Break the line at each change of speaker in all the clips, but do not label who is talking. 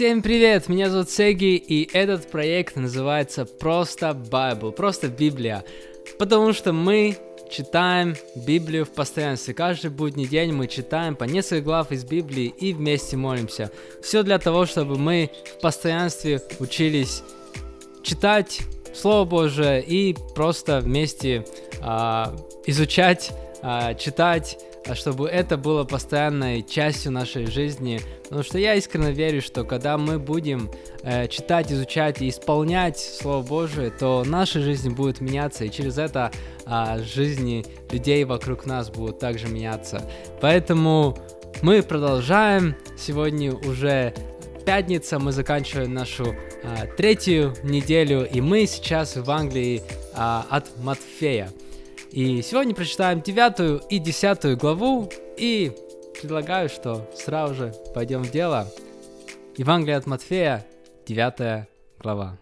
Всем привет, меня зовут Сеги, и этот проект называется просто Bible, просто Библия, потому что мы читаем Библию в постоянстве. Каждый будний день мы читаем по несколько глав из Библии и вместе молимся. Все для того, чтобы мы в постоянстве учились читать Слово Божие и просто вместе изучать, читать, чтобы это было постоянной частью нашей жизни. Потому что я искренне верю, что когда мы будем читать, изучать и исполнять Слово Божие, то наша жизнь будет меняться, и через это жизни людей вокруг нас будут также меняться. Поэтому мы продолжаем. Сегодня уже пятница, мы заканчиваем нашу третью неделю, и мы сейчас в Англии от Матфея. И сегодня прочитаем 9 и 10 главу, и предлагаю, что сразу же пойдем в дело. Евангелие от Матфея, 9 глава.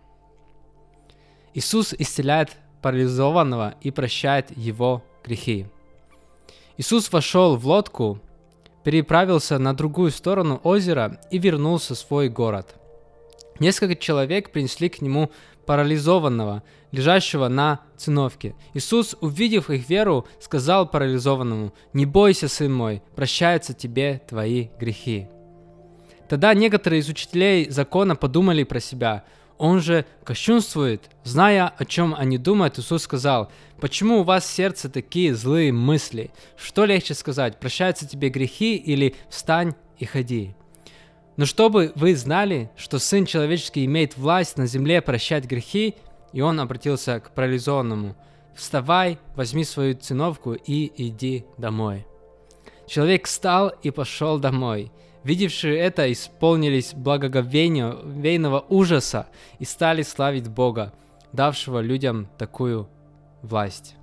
Иисус исцеляет парализованного и прощает его грехи. Иисус вошел в лодку, переправился на другую сторону озера и вернулся в свой город. Несколько человек принесли к нему парализованного, лежащего на циновке. Иисус, увидев их веру, сказал парализованному: «Не бойся, сын мой, прощаются тебе твои грехи». Тогда некоторые из учителей закона подумали про себя: «Он же кощунствует». Зная, о чем они думают, Иисус сказал: «Почему у вас в сердце такие злые мысли? Что легче сказать: прощаются тебе грехи, или встань и ходи? Но чтобы вы знали, что Сын Человеческий имеет власть на земле прощать грехи». И он обратился к парализованному: «Вставай, возьми свою циновку и иди домой». Человек встал и пошел домой. Видевшие это исполнились благоговейного ужаса и стали славить Бога, давшего людям такую власть.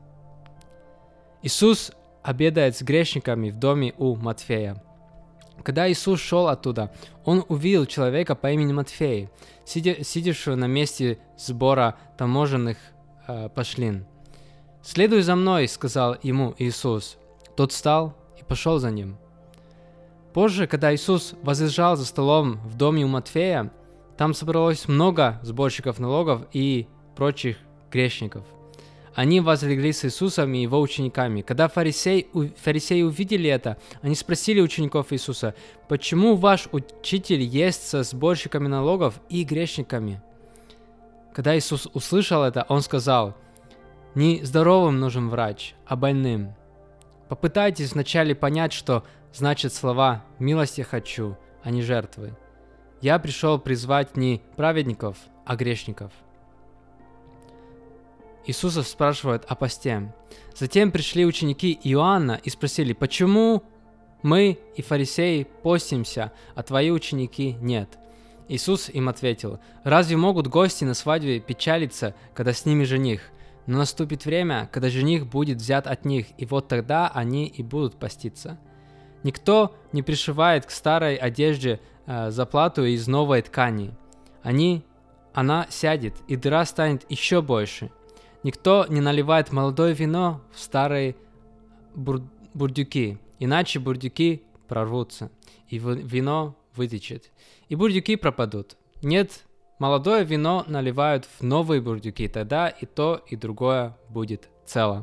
Иисус обедает с грешниками в доме у Матфея. Когда Иисус шел оттуда, он увидел человека по имени Матфей, сидевшего на месте сбора таможенных пошлин. «Следуй за мной», — сказал ему Иисус. Тот встал и пошел за ним. Позже, когда Иисус возлежал за столом в доме у Матфея, там собралось много сборщиков налогов и прочих грешников. Они возлегли с Иисусом и его учениками. Когда фарисеи увидели это, они спросили учеников Иисуса: «Почему ваш учитель ест со сборщиками налогов и грешниками?» Когда Иисус услышал это, он сказал: «Не здоровым нужен врач, а больным. Попытайтесь вначале понять, что значит слова «милости хочу», а не жертвы. Я пришел призвать не праведников, а грешников». Иисуса спрашивают о посте. Затем пришли ученики Иоанна и спросили: «Почему мы и фарисеи постимся, а твои ученики нет?» Иисус им ответил: «Разве могут гости на свадьбе печалиться, когда с ними жених? Но наступит время, когда жених будет взят от них, и вот тогда они и будут поститься. Никто не пришивает к старой одежде заплату из новой ткани. Она сядет, и дыра станет еще больше. Никто не наливает молодое вино в старые бурдюки, иначе бурдюки прорвутся, и вино вытечет, и бурдюки пропадут. Нет, молодое вино наливают в новые бурдюки, тогда и то, и другое будет цело».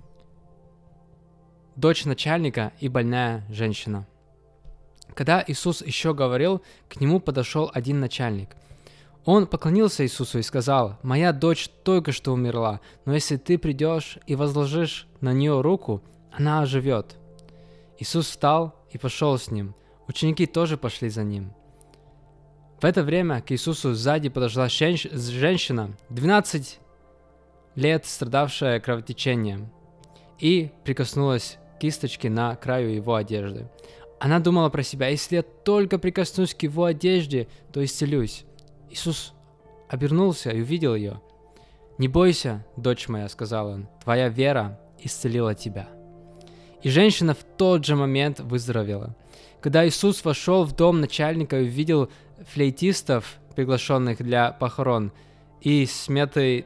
Дочь начальника и больная женщина. Когда Иисус еще говорил, к нему подошел один начальник. Он поклонился Иисусу и сказал: «Моя дочь только что умерла, но если ты придешь и возложишь на нее руку, она оживет». Иисус встал и пошел с ним. Ученики тоже пошли за ним. В это время к Иисусу сзади подошла женщина, 12 лет страдавшая кровотечением, и прикоснулась к кисточке на краю его одежды. Она думала про себя: «Если я только прикоснусь к его одежде, то исцелюсь». Иисус обернулся и увидел ее. «Не бойся, дочь моя», — сказал он, — «твоя вера исцелила тебя». И женщина в тот же момент выздоровела. Когда Иисус вошел в дом начальника и увидел флейтистов, приглашенных для похорон, и смятение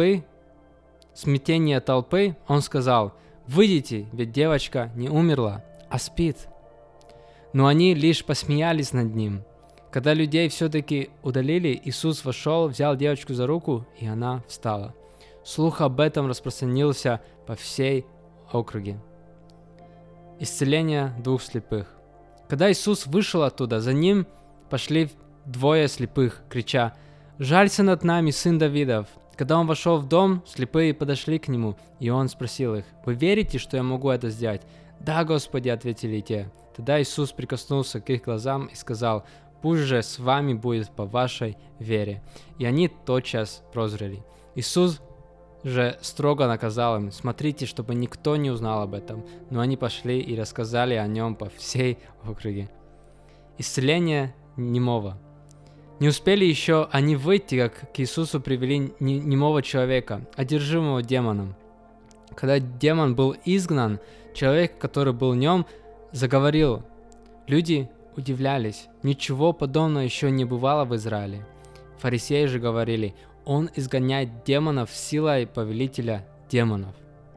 толпы, он сказал: «Выйдите, ведь девочка не умерла, а спит». Но они лишь посмеялись над ним. Когда людей все-таки удалили, Иисус вошел, взял девочку за руку, и она встала. Слух об этом распространился по всей округе. Исцеление 2 слепых. Когда Иисус вышел оттуда, за ним пошли 2 слепых, крича: «Жалься над нами, сын Давидов!» Когда он вошел в дом, слепые подошли к нему, и он спросил их: «Вы верите, что я могу это сделать?» «Да, Господи», — ответили те. Тогда Иисус прикоснулся к их глазам и сказал: «Пусть же с вами будет по вашей вере». И они тотчас прозрели. Иисус же строго наказал им: «Смотрите, чтобы никто не узнал об этом». Но они пошли и рассказали о нем по всей округе. Исцеление немого. Не успели еще они выйти, как к Иисусу привели немого человека, одержимого демоном. Когда демон был изгнан, человек, который был в нем, заговорил. Люди удивлялись. Ничего подобного еще не бывало в Израиле. Фарисеи же говорили: «Он изгоняет демонов силой повелителя демонов».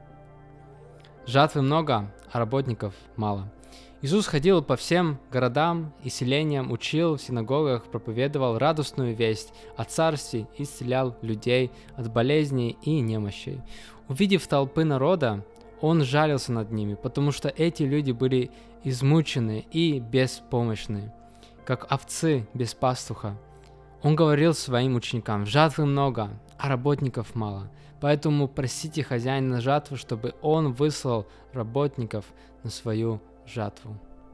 Жатвы много, а работников мало. Иисус ходил по всем городам и селениям, учил в синагогах, проповедовал радостную весть о царстве и исцелял людей от болезней и немощей. Увидев толпы народа, он жалился над ними, потому что эти люди были измучены и беспомощны, как овцы без пастуха. Он говорил своим ученикам: «Жатвы много, а работников мало, поэтому просите хозяина жатвы, чтобы он выслал работников на свою жатву».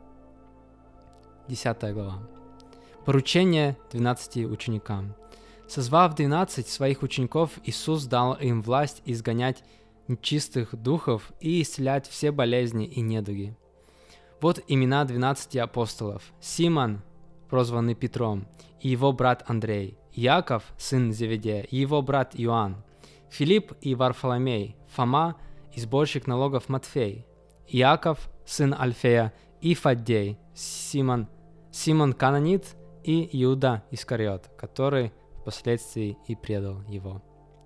10 глава. Поручение 12 ученикам. Созвав 12 своих учеников, Иисус дал им власть изгонять нечистых духов и исцелять все болезни и недуги. Вот имена 12 апостолов: Симон, прозванный Петром, и его брат Андрей, Иаков, сын Зеведея, и его брат Иоанн, Филипп и Варфоломей, Фома и сборщик налогов Матфей, Иаков, сын Альфея, и Фаддей, Симон Кананит и Иуда Искариот, который впоследствии и предал его.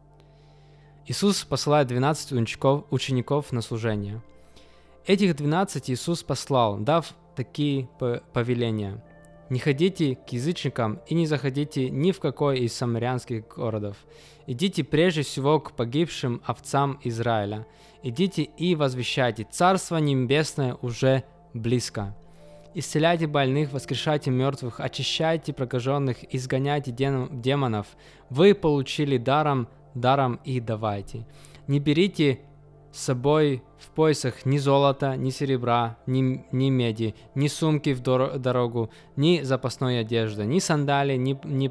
Иисус посылает 12 учеников на служение. Этих 12 Иисус послал, дав такие повеления: «Не ходите к язычникам и не заходите ни в какой из самарянских городов. Идите прежде всего к погибшим овцам Израиля. Идите и возвещайте: Царство Небесное уже близко. Исцеляйте больных, воскрешайте мертвых, очищайте прокаженных, изгоняйте демонов. Вы получили даром и давайте. Не берите с собой в поясах ни золота, ни серебра, ни меди, ни сумки в дорогу, ни запасной одежды, ни сандалий, ни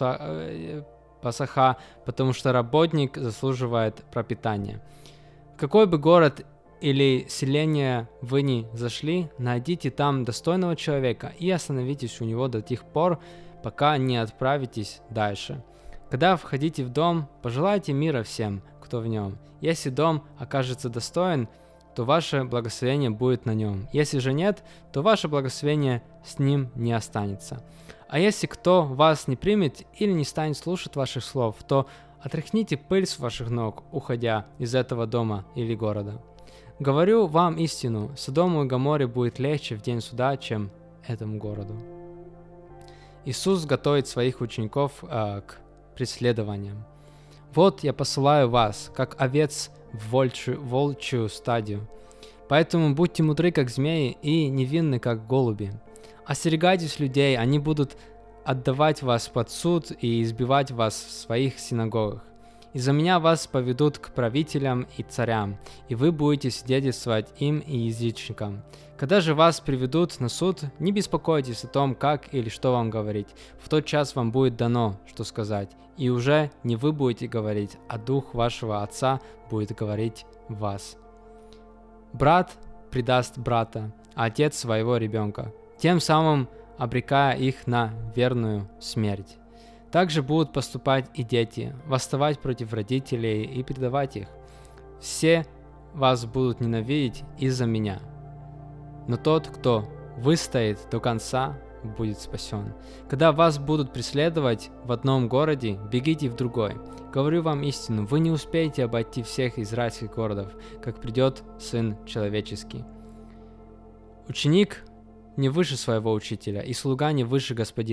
пасаха, потому что работник заслуживает пропитания. В какой бы город или селение вы ни зашли, найдите там достойного человека и остановитесь у него до тех пор, пока не отправитесь дальше. Когда входите в дом, пожелайте мира всем, кто в нем. Если дом окажется достоин, то ваше благословение будет на нем. Если же нет, то ваше благословение с ним не останется. А если кто вас не примет или не станет слушать ваших слов, то отряхните пыль с ваших ног, уходя из этого дома или города. Говорю вам истину, Содому и Гоморе будет легче в день суда, чем этому городу». Иисус готовит своих учеников к преследованиям. «Вот я посылаю вас, как овец в волчью стадию. Поэтому будьте мудры, как змеи, и невинны, как голуби. Остерегайтесь людей, они будут отдавать вас под суд и избивать вас в своих синагогах. Из-за меня вас поведут к правителям и царям, и вы будете свидетельствовать им и язычникам. Когда же вас приведут на суд, не беспокойтесь о том, как или что вам говорить. В тот час вам будет дано, что сказать, и уже не вы будете говорить, а дух вашего Отца будет говорить в вас. Брат предаст брата, а отец своего ребенка, тем самым обрекая их на верную смерть. Также будут поступать и дети, восставать против родителей и предавать их. Все вас будут ненавидеть из-за меня. Но тот, кто выстоит до конца, будет спасен. Когда вас будут преследовать в одном городе, бегите в другой. Говорю вам истину, вы не успеете обойти всех израильских городов, как придет Сын Человеческий. Ученик не выше своего учителя, и слуга не выше господина.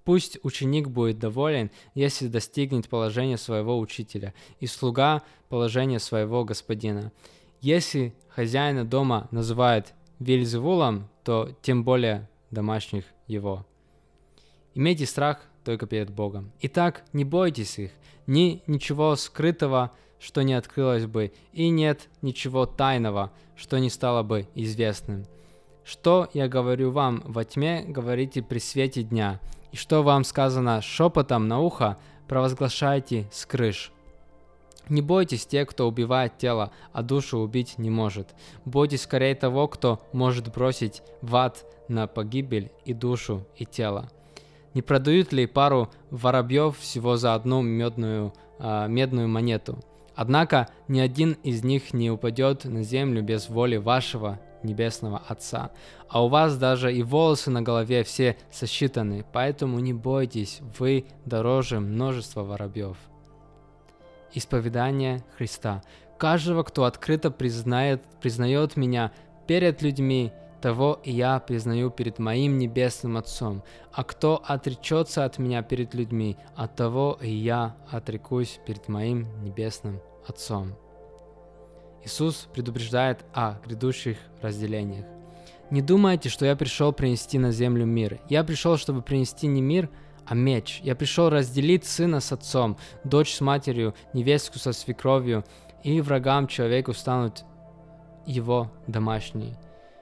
Пусть ученик будет доволен, если достигнет положения своего учителя, и слуга положения своего господина. Если хозяина дома называют Вельзевулом, то тем более домашних его. Имейте страх только перед Богом. Итак, не бойтесь их, ничего скрытого, что не открылось бы, и нет ничего тайного, что не стало бы известным. Что я говорю вам во тьме, говорите при свете дня, и что вам сказано шепотом на ухо, провозглашайте с крыш. Не бойтесь тех, кто убивает тело, а душу убить не может. Бойтесь скорее того, кто может бросить в ад на погибель и душу, и тело. Не продают ли пару воробьев всего за одну медную монету? Однако ни один из них не упадет на землю без воли вашего Небесного Отца. А у вас даже и волосы на голове все сосчитаны, поэтому не бойтесь, вы дороже множества воробьев. Исповедание Христа. Каждого, кто открыто признает меня перед людьми, того и я признаю перед моим Небесным Отцом. А кто отречется от меня перед людьми, от того и я отрекусь перед моим Небесным Отцом. Иисус предупреждает о грядущих разделениях. Не думайте, что я пришел принести на землю мир. Я пришел, чтобы принести не мир, а меч. Я пришел разделить сына с отцом, дочь с матерью, невестку со свекровью, и врагам человеку станут его домашние.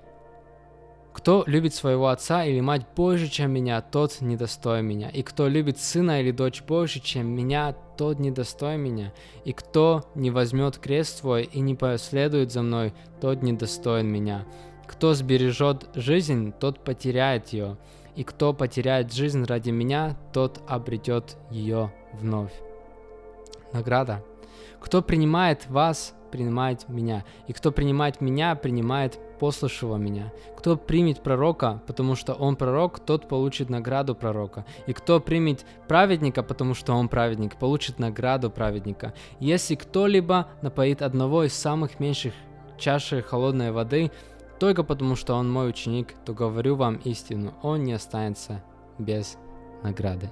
Кто любит своего отца или мать больше, чем меня, тот недостоин меня. И кто любит сына или дочь больше, чем меня, тот недостоин меня. И кто не возьмет крест свой и не последует за мной, тот недостоин меня. Кто сбережет жизнь, тот потеряет ее. И кто потеряет жизнь ради меня, тот обретет ее вновь. Награда. Кто принимает вас, принимает меня. И кто принимает меня, принимает пославшего меня. Кто примет пророка, потому что он пророк, тот получит награду пророка. И кто примет праведника, потому что он праведник, получит награду праведника. Если кто-либо напоит одного из самых меньших чашей холодной воды, только потому что он мой ученик, то говорю вам истину, он не останется без награды.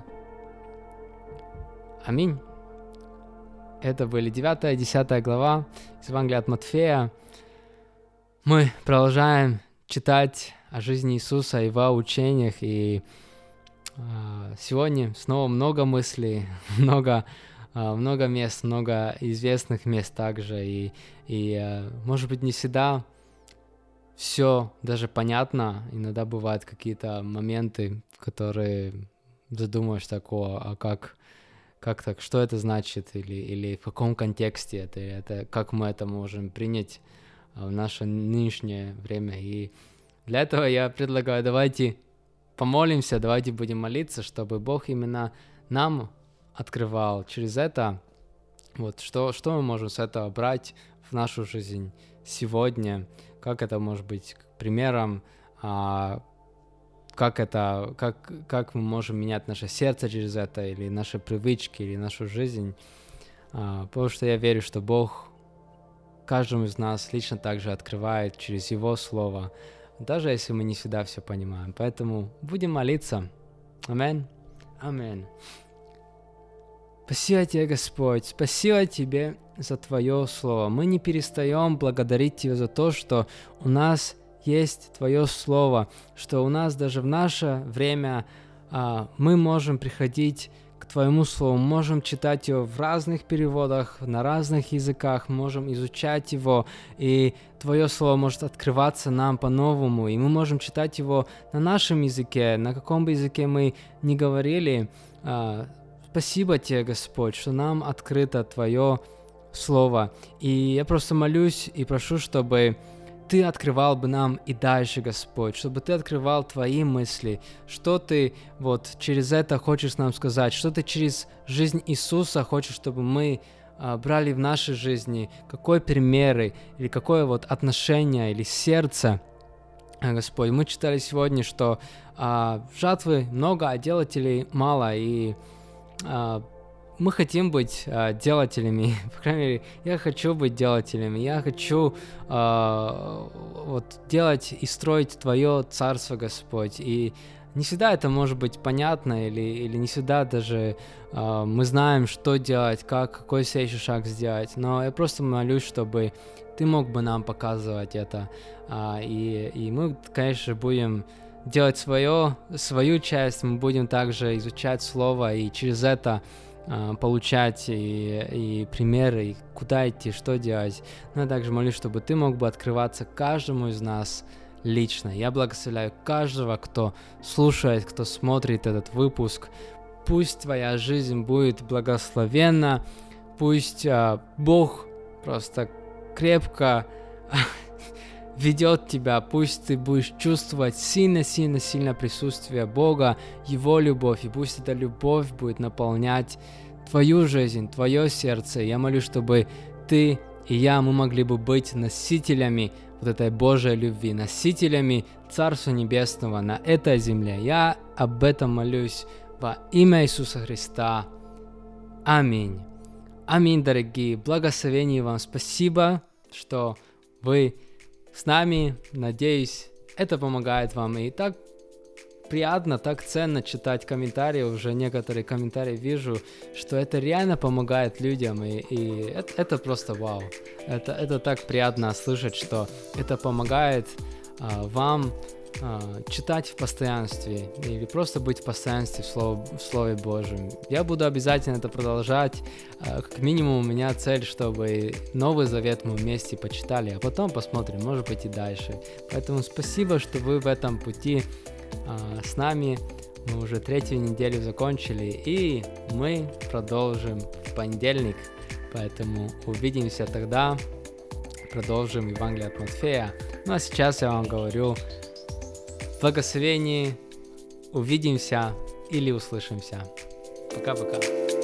Аминь. Это были 9 и 10 глава из Евангелия от Матфея. Мы продолжаем читать о жизни Иисуса, его учениях, и сегодня снова много мыслей, много мест, много известных мест также, и может быть не всегда все даже понятно, иногда бывают какие-то моменты, в которые задумаешь такое, а как так, что это значит, или в каком контексте это, как мы это можем принять в наше нынешнее время. И для этого я предлагаю, давайте помолимся, давайте будем молиться, чтобы Бог именно нам открывал через это, вот что мы можем с этого брать в нашу жизнь сегодня, как это может быть примером, как мы можем менять наше сердце через это, или наши привычки, или нашу жизнь, потому что я верю, что Бог каждому из нас лично также открывает через Его Слово, даже если мы не всегда все понимаем. Поэтому будем молиться. Аминь. Аминь. Спасибо Тебе, Господь, спасибо Тебе за Твое Слово. Мы не перестаем благодарить Тебя за то, что у нас есть Твое Слово, что у нас даже в наше время мы можем приходить к Твоему Слову, можем читать его в разных переводах, на разных языках, можем изучать его, и Твое Слово может открываться нам по-новому, и мы можем читать его на нашем языке, на каком бы языке мы ни говорили. Спасибо Тебе, Господь, что нам открыто Твое Слово, и я просто молюсь и прошу, чтобы Ты открывал бы нам и дальше, Господь, чтобы Ты открывал Твои мысли, что Ты вот через это хочешь нам сказать, что Ты через жизнь Иисуса хочешь, чтобы мы брали в нашей жизни, какой примеры или какое вот отношение или сердце, Господь. Мы читали сегодня, что жатвы много, а делателей мало, и мы хотим быть делателями, по крайней мере, я хочу быть делателями, я хочу вот делать и строить Твое Царство, Господь, и не всегда это может быть понятно, или не всегда даже мы знаем, что делать, какой следующий шаг сделать. Но я просто молюсь, чтобы ты мог бы нам показывать это. И мы, конечно, будем делать свою часть, мы будем также изучать Слово и через это получать и примеры, и куда идти, что делать. Но я также молюсь, чтобы ты мог бы открываться каждому из нас лично. Я благословляю каждого, кто слушает, кто смотрит этот выпуск. Пусть твоя жизнь будет благословенна, пусть Бог просто крепко ведет тебя, пусть ты будешь чувствовать сильно присутствие Бога, Его любовь, и пусть эта любовь будет наполнять твою жизнь, твое сердце. Я молюсь, чтобы ты и я, мы могли бы быть носителями вот этой Божьей любви, носителями Царства Небесного на этой земле. Я об этом молюсь во имя Иисуса Христа. Аминь. Аминь, дорогие. Благословений вам. Спасибо, что вы с нами. Надеюсь, это помогает вам. И так приятно, так ценно читать комментарии. Уже некоторые комментарии вижу, что это реально помогает людям. И это просто вау. Это так приятно слышать, что это помогает вам читать в постоянстве или просто быть в постоянстве в Слове Божьем. Я буду обязательно это продолжать. Как минимум у меня цель, чтобы Новый Завет мы вместе почитали, а потом посмотрим, может быть и дальше. Поэтому спасибо, что вы в этом пути с нами. Мы уже 3-ю неделю закончили, и мы продолжим в понедельник. Поэтому увидимся тогда. Продолжим Евангелие от Матфея. Ну а сейчас я вам говорю благословений. Увидимся или услышимся. Пока-пока.